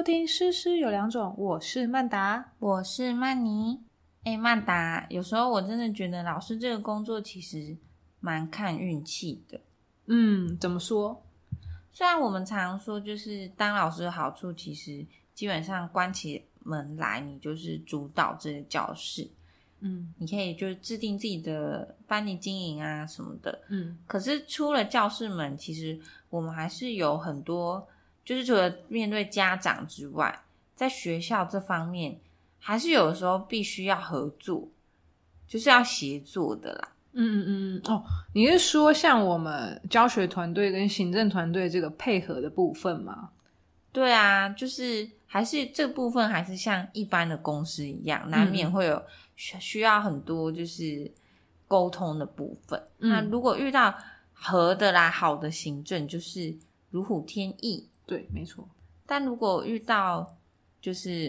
听诗诗有两种，我是曼达， 我是曼妮。曼达，有时候我真的觉得老师这个工作其实蛮看运气的。 怎么说？ 虽然我们常说就是当老师的好处，其实基本上关起门来你就是主导这个教室，你可以就是制定自己的班级经营啊什么的，可是出了教室门，其实我们还是有很多，就是除了面对家长之外，在学校这方面还是有的时候必须要合作，就是要协作的啦。 你是说像我们教学团队跟行政团队这个配合的部分吗？ 对啊，就是还是这部分还是像一般的公司一样，难免会有需要很多就是沟通的部分。那如果遇到合的啦，好的行政就是如虎添翼。 对，没错。 但如果遇到就是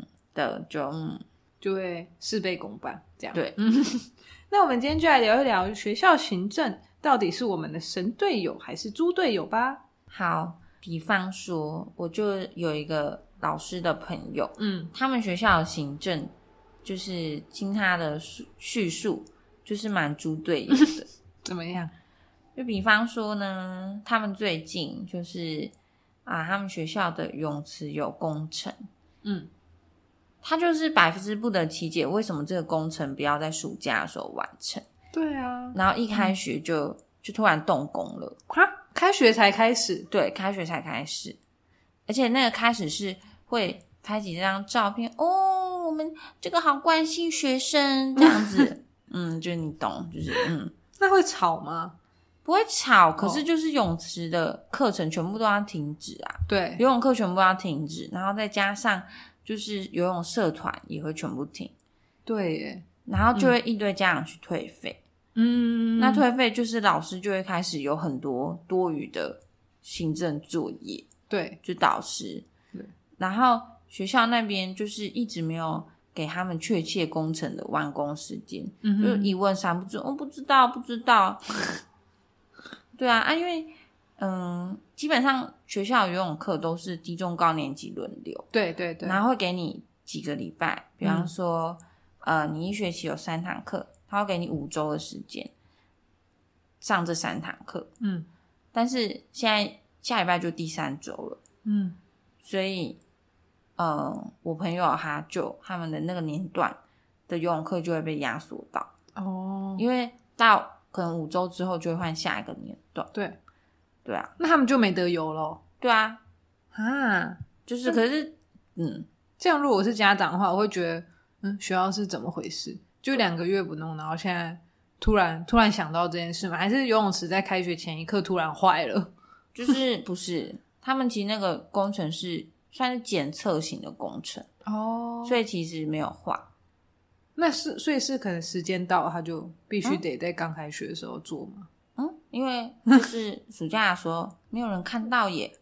就会事倍功半这样。 对。 那我们今天就来聊一聊学校行政到底是我们的神队友还是猪队友吧。 好，比方说我就有一个老师的朋友，他们学校的行政就是听他的叙述就是蛮猪队友的。 怎么样？ 就比方说呢，他们最近就是他们学校的泳池有工程，他就是百思不得其解为什么这个工程不要在暑假的时候完成。 对啊， 然后一开学就突然动工了。 开学才开始？ 对，开学才开始，而且那个开始是会拍几张照片，我们这个好关心学生这样子。就是你懂，就是那会吵吗？ 不会吵，可是就是泳池的课程全部都要停止啊。 对， 游泳课全部要停止，然后再加上就是游泳社团也会全部停。 对耶， 然后就会一堆家长去退费。那退费就是老师就会开始有很多多余的行政作业。 对， 就导师。 对， 然后学校那边就是一直没有给他们确切工程的完工时间，就一问三不知，不知道。对啊，因为基本上学校游泳课都是低中高年级轮流， 对， 然后会给你几个礼拜，比方说你一学期有3堂课，他会给你5周的时间上这3堂课。但是现在下礼拜就第3周了。所以我朋友他们的那个年段的游泳课就会被压缩到。因为到可能5周之后就会换下一个年段。对啊， 那他们就没得游咯。 对啊，就是可是这样如果我是家长的话，我会觉得学校是怎么回事？就2个月不弄，然后现在突然想到这件事吗？还是游泳池在开学前一刻突然坏了？ 就是不是，他们其实那个工程是算是检测型的工程所以其实没有坏。 那所以是可能时间到了，他就必须得在刚开学的时候做吗？ 因为就是暑假的时候没有人看到耶。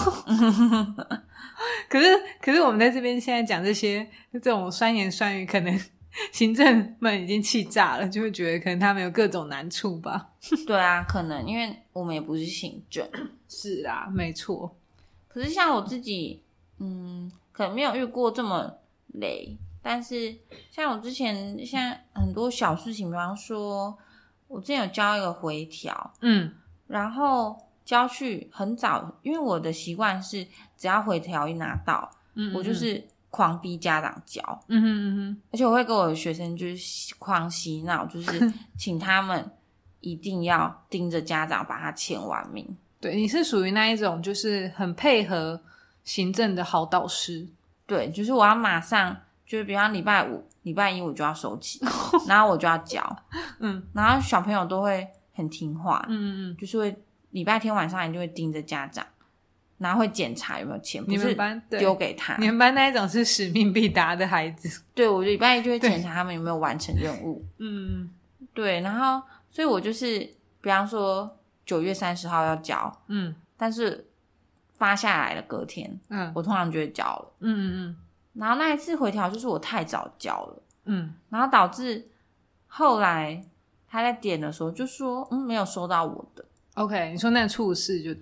可是我们在这边现在讲这种酸言酸语，可能行政们已经气炸了，就会觉得可能他们有各种难处吧。 对啊，可能因为我们也不是行政。 是啊，没错。 可是像我自己可能没有遇过这么累，但是像我之前像很多小事情，比方说我之前有教一个回条，然后教去很早，因为我的习惯是只要回条一拿到，我就是狂逼家长教。而且我会跟我的学生就是狂洗脑，就是请他们一定要盯着家长把它签完名。 对，你是属于那一种就是很配合行政的好导师。 对，就是我要马上就是比方礼拜5礼拜1我就要收起然后我就要教然后小朋友都会很听话，就是会礼拜天晚上你就会盯着家长，然后会检查有没有签，不是丢给他。 你们班那一种是使命必达的孩子。 对，我礼拜1就会检查他们有没有完成任务。对，然后所以我就是比方说9月30号要交，但是发下来的隔天我通常就会交了。然后那一次回条就是我太早交了，然后导致后来他在点的时候就说没有收到我的。 OK， 你说那个处事就对了。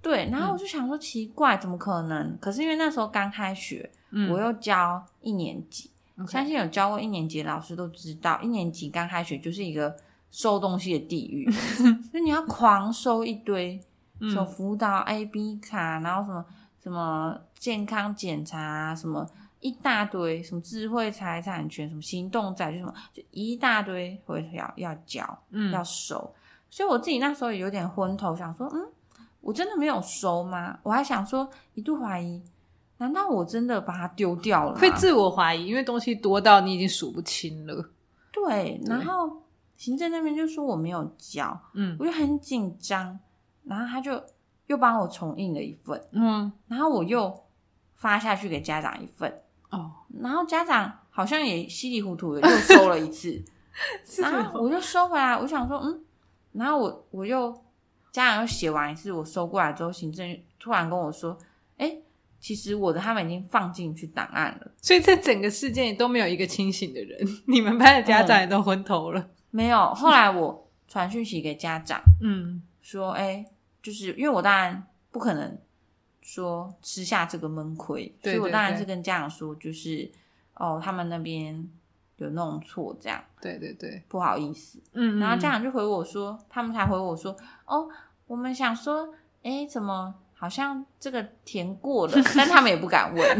对，然后我就想说奇怪，怎么可能？可是因为那时候刚开学，我又教1年级，相信有教过1年级的老师都知道，1年级刚开学就是一个收东西的地狱，就你要狂收一堆，什么辅导 AB 卡，然后什么健康检查，什么一大堆，什么智慧财产权，什么行动载具，什么就一大堆回要交，要收。所以我自己那时候也有点昏头，想说，我真的没有收吗？我还想说，一度怀疑，难道我真的把它丢掉了吗？ 会自我怀疑，因为东西多到你已经数不清了。 对，然后行政那边就说我没有交，我就很紧张，然后他就又帮我重印了一份，然后我又发下去给家长一份，然后家长好像也稀里糊涂的又收了一次，然后我就收回来，我想说，然后我又家长又写完一次，我收过来之后，行政突然跟我说，其实我的他们已经放进去档案了， 所以在整个事件里都没有一个清醒的人，你们班的家长也都昏头了。 没有，后来我传讯息给家长，说就是因为我当然不可能说吃下这个闷亏，所以我当然是跟家长说，就是他们那边有弄错这样， 对对对， 不好意思，然后家长就回我说，他们才回我说，我们想说怎么好像这个填过了，但他们也不敢问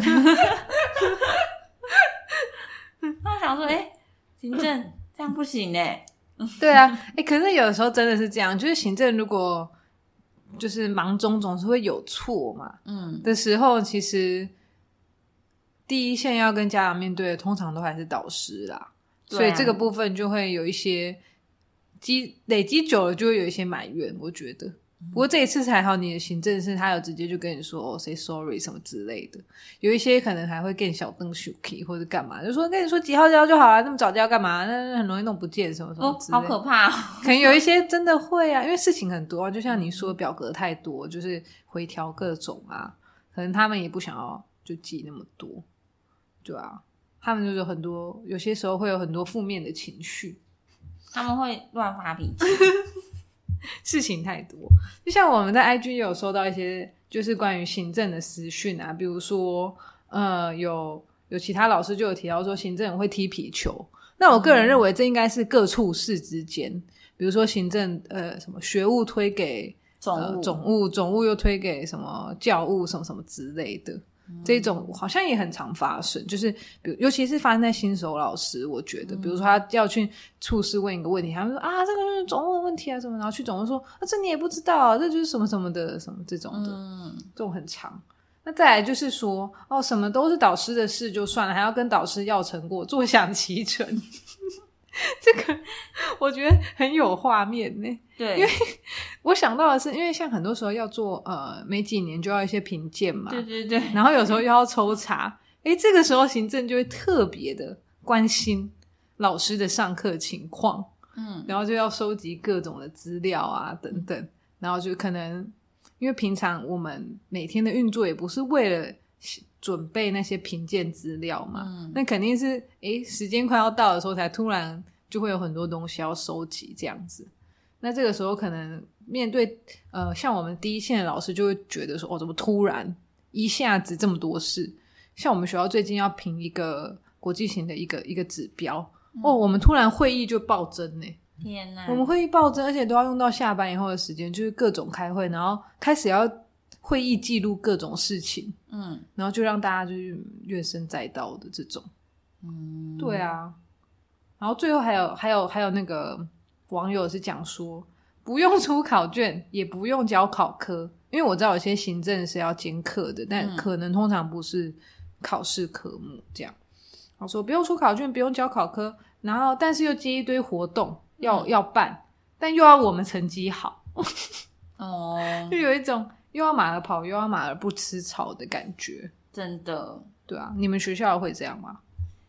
那我想说行政这样不行对啊，可是有的时候真的是这样，就是行政如果就是忙中总是会有错嘛，的时候，其实第一线要跟家长面对的通常都还是导师啦，所以这个部分就会有一些累积久了就会有一些埋怨，我觉得。不过这一次还好，你的行政是他有直接就跟你说say sorry 什么之类的，有一些可能还会更小灯 shuki 或者干嘛，就说跟你说几号交就好了，那么早交干嘛？那很容易弄不见什么什么之类的。 好可怕可能有一些真的会啊，因为事情很多就像你说表格太多，就是回调各种啊，可能他们也不想要就记那么多，对啊，他们就是很多有些时候会有很多负面的情绪， 他们会乱发脾气事情太多，就像我们在 IG 也有收到一些就是关于行政的私讯啊，比如说有其他老师就有提到说行政会踢皮球，那我个人认为这应该是各处室之间，比如说行政什么学务推给总务又推给什么教务什么什么之类的，这种好像也很常发生，就是比如尤其是发生在新手老师，我觉得比如说他要去处室问一个问题，他们说这个就是总务的问题啊什么，然后去总务说这你也不知道，这就是什么什么的什么这种的，这种很长。那再来就是说什么都是导师的事就算了，还要跟导师要成果，坐享其成这个我觉得很有画面呢。 对， 因为我想到的是，因为像很多时候要做每几年就要一些评鉴嘛， 对对对， 然后有时候又要抽查，这个时候行政就会特别的关心老师的上课情况，然后就要收集各种的资料啊等等，然后就可能因为平常我们每天的运作也不是为了准备那些评鉴资料嘛，那肯定是时间快要到的时候才突然就会有很多东西要收集这样子。那这个时候可能面对像我们第一线的老师就会觉得说怎么突然一下子这么多事，像我们学校最近要评一个国际型的一个指标，我们突然会议就暴增耶， 天哪， 我们会议暴增，而且都要用到下班以后的时间，就是各种开会，然后开始要会议记录各种事情，然后就让大家就是怨声载道的这种，对啊，然后最后还有那个网友是讲说不用出考卷也不用交考科，因为我知道有些行政是要兼课的，但可能通常不是考试科目这样，然后说不用出考卷不用交考科，然后但是又接一堆活动要办，但又要我们成绩好就有一种又要马儿跑又要马儿不吃草的感觉， 真的。 对啊，你们学校会这样吗？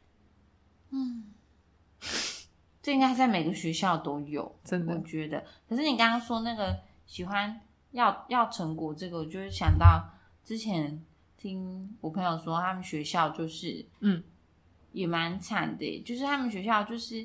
这应该在每个学校都有， 真的， 我觉得。可是你刚刚说那个喜欢要成果这个，我就会想到之前听我朋友说，他们学校就是也蛮惨的，就是他们学校就是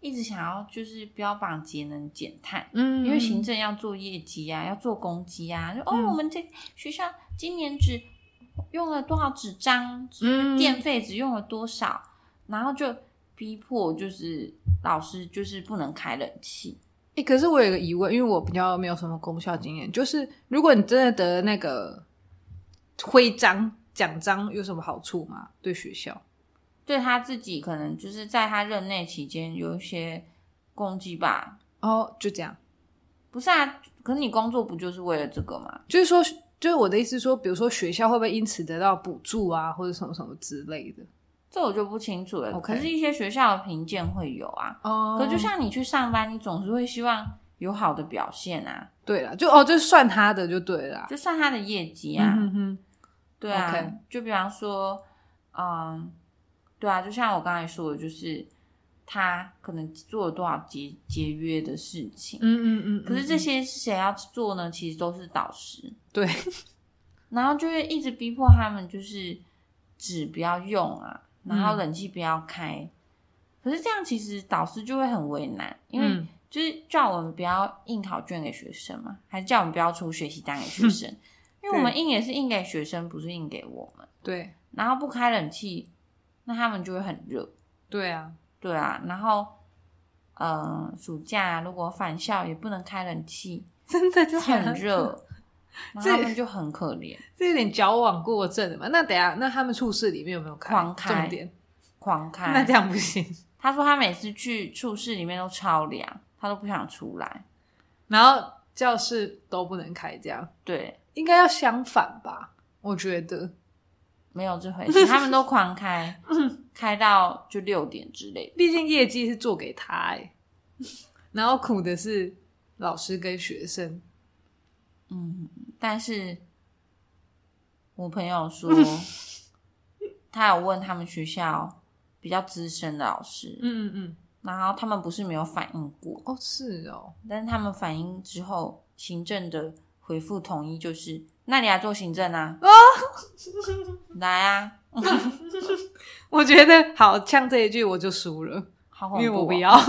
一直想要就是标榜节能减碳， 嗯， 因为行政要做业绩啊，要做公绩啊，就我们这学校今年只用了多少纸张，电费只用了多少，然后就逼迫就是老师就是不能开冷气。 可是我有一个疑问，因为我比较没有什么公校经验，就是如果你真的得那个徽章奖章有什么好处吗？对学校？ 对他自己可能就是在他任内期间有一些功绩吧。 就这样。 不是啊，可是你工作不就是为了这个吗？ 就是说，就是我的意思说，比如说学校会不会因此得到补助啊，或者什么什么之类的？ 这我就不清楚了。 Okay. 可是一些学校的评鉴会有啊。可就像你去上班，你总是会希望有好的表现啊。 对啦，就算他的就对了啦， 就算他的业绩啊。对啊。 Okay. 就比方说对啊，就像我刚才说的，就是他可能做了多少节约的事情。可是这些是谁要做呢？其实都是导师。 对。 然后就会一直逼迫他们，就是纸不要用啊，然后冷气不要开。可是这样其实导师就会很为难，因为就是叫我们不要印考卷给学生嘛，还是叫我们不要出学习单给学生。因为我们印也是印给学生，不是印给我们。 对。 然后不开冷气，那他们就会很热。 对啊。 对啊。然后暑假如果返校也不能开冷气， 真的就很热。然后他们就很可怜。 这有点矫枉过正的嘛。那等一下，那他们处室里面有没有开？ 狂开。 重点狂开。 那这样不行。 他说他每次去处室里面都超凉，他都不想出来。 然后教室都不能开，这样？ 对。应该要相反吧，我觉得。 没有这回事。他们都狂开。开到就6点之类的。 毕竟业绩是做给他然后苦的是老师跟学生。 但是我朋友说他有问他们学校比较资深的老师，然后他们不是没有反应过。 是哦。 但是他们反应之后，行政的回复统一就是那你来做行政啊。来啊。 我觉得好像这一句我就输了， 好恐怖， 因为我不要。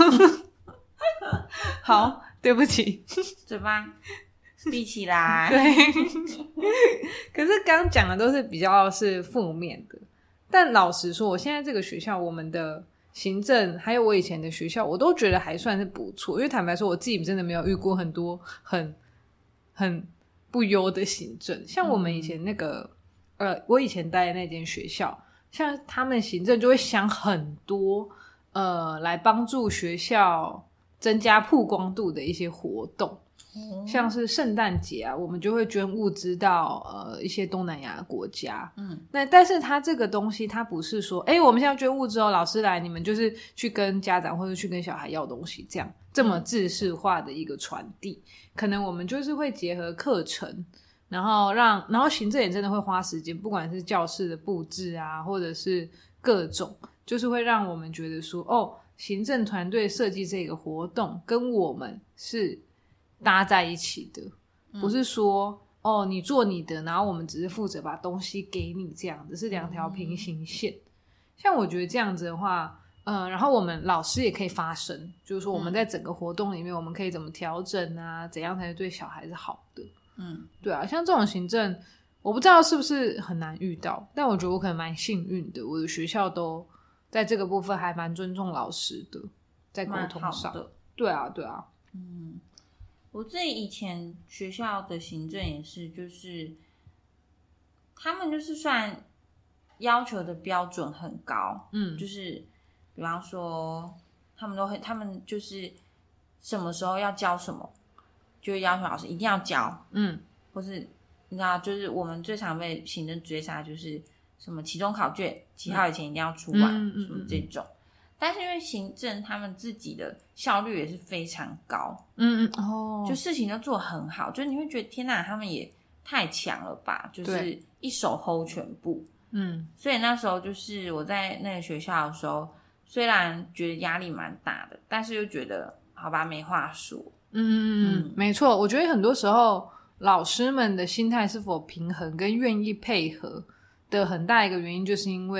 好，对不起。 嘴巴闭起来。 对。可是刚刚讲的都是比较是负面的，但老实说我现在这个学校，我们的行政还有我以前的学校，我都觉得还算是不错。因为坦白说我自己真的没有遇过很多很不优的行政。像我们以前那个我以前待的那间学校，像他们行政就会想很多来帮助学校增加曝光度的一些活动。像是圣诞节啊，我们就会捐物资到一些东南亚国家。那但是它这个东西它不是说我们现在捐物资老师来你们就是去跟家长或者去跟小孩要东西这么制式化的一个传递。可能我们就是会结合课程，然后行政也真的会花时间，不管是教室的布置啊，或者是各种，就是会让我们觉得说行政团队设计这个活动跟我们是搭在一起的，不是说你做你的，然后我们只是负责把东西给你，这样子是2条平行线。像我觉得这样子的话然后我们老师也可以发声，就是说我们在整个活动里面我们可以怎么调整啊，怎样才是对小孩子好的。对啊，像这种行政我不知道是不是很难遇到，但我觉得我可能蛮幸运的，我的学校都在这个部分还蛮尊重老师的，在沟通上。对啊。 我自己以前学校的行政也是，就是他们就是虽然要求的标准很高，就是比方说他们就是什么时候要教什么，就会要求老师一定要教，或是你知道，就是我们最常被行政追杀，就是什么期中考卷几号以前一定要出完，什么这种。但是因为行政他们自己的效率也是非常高，就事情都做很好，就是你会觉得天哪，他们也太强了吧，就是一手 hold 全部。所以那时候就是我在那个学校的时候，虽然觉得压力蛮大的，但是又觉得好吧，没话说。 没错，我觉得很多时候老师们的心态是否平衡跟愿意配合的很大一个原因，就是因为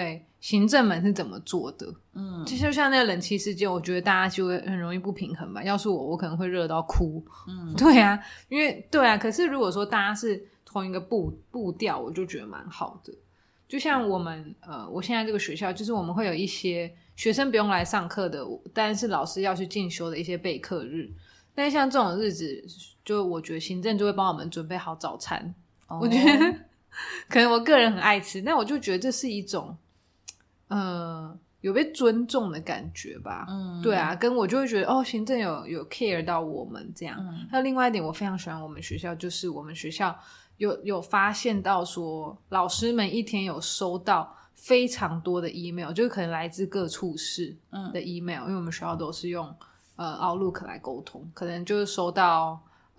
行政们是怎么做的。就像那个冷气事件，我觉得大家就会很容易不平衡吧。要是我可能会热到哭。对啊，因为对啊，可是如果说大家是同一个步调，我就觉得蛮好的。就像我现在这个学校，就是我们会有一些学生不用来上课的，但是老师要去进修的一些备课日。但是像这种日子，就我觉得行政就会帮我们准备好早餐。我觉得可能我个人很爱吃，但我就觉得这是一种有被尊重的感觉吧。对啊，跟我就会觉得行政有 care 到我们这样。还有另外一点我非常喜欢我们学校，就是我们学校有发现到说老师们一天有收到非常多的 email， 就是可能来自各处室的 email，因为我们学校都是用Outlook 来沟通，可能就是收到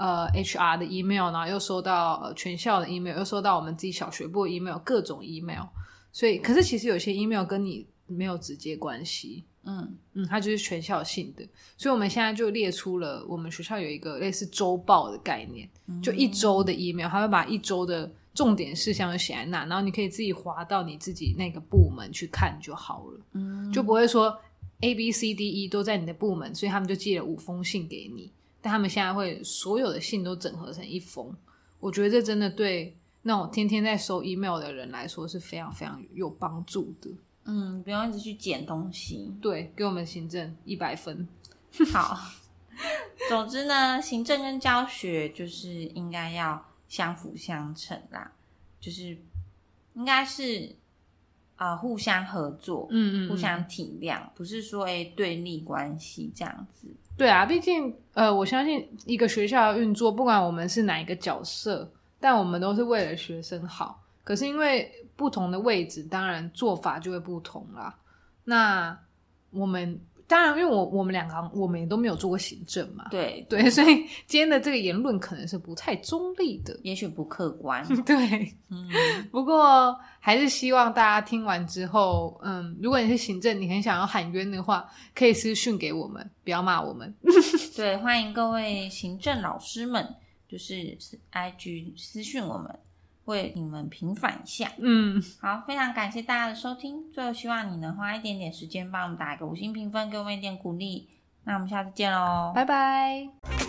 HR 的 email， 然后又收到全校的 email， 又收到我们自己小学部的 email， 各种 email。所以可是其实有些 email 跟你没有直接关系，它就是全校性的。所以我们现在就列出了我们学校有一个类似周报的概念，就一周的 email， 它会把一周的重点事项就写在那，然后你可以自己滑到你自己那个部门去看就好了。就不会说 ABCDE 都在你的部门，所以他们就寄了5封信给你，但他们现在会所有的信都整合成1封。我觉得这真的对那种天天在收 email 的人来说是非常非常有帮助的。 不用一直去捡东西。 对，给我们行政100分。 好，总之呢，行政跟教学就是应该要相辅相成啦，就是应该是互相合作，互相体谅，不是说对立关系这样子。 对啊，毕竟我相信一个学校的运作，不管我们是哪一个角色，但我们都是为了学生好。可是因为不同的位置，当然做法就会不同啦。那我们当然因为我们两个我们也都没有做过行政嘛， 对， 所以今天的这个言论可能是不太中立的， 也许不客观。 对，不过还是希望大家听完之后，如果你是行政，你很想要喊冤的话，可以私讯给我们，不要骂我们。 对，欢迎各位行政老师们，就是 IG 私讯我们，为你们平反一下。好，非常感谢大家的收听，最后希望你能花一点点时间帮我们打一个5星评分，给我们一点鼓励。那我们下次见咯， 拜拜。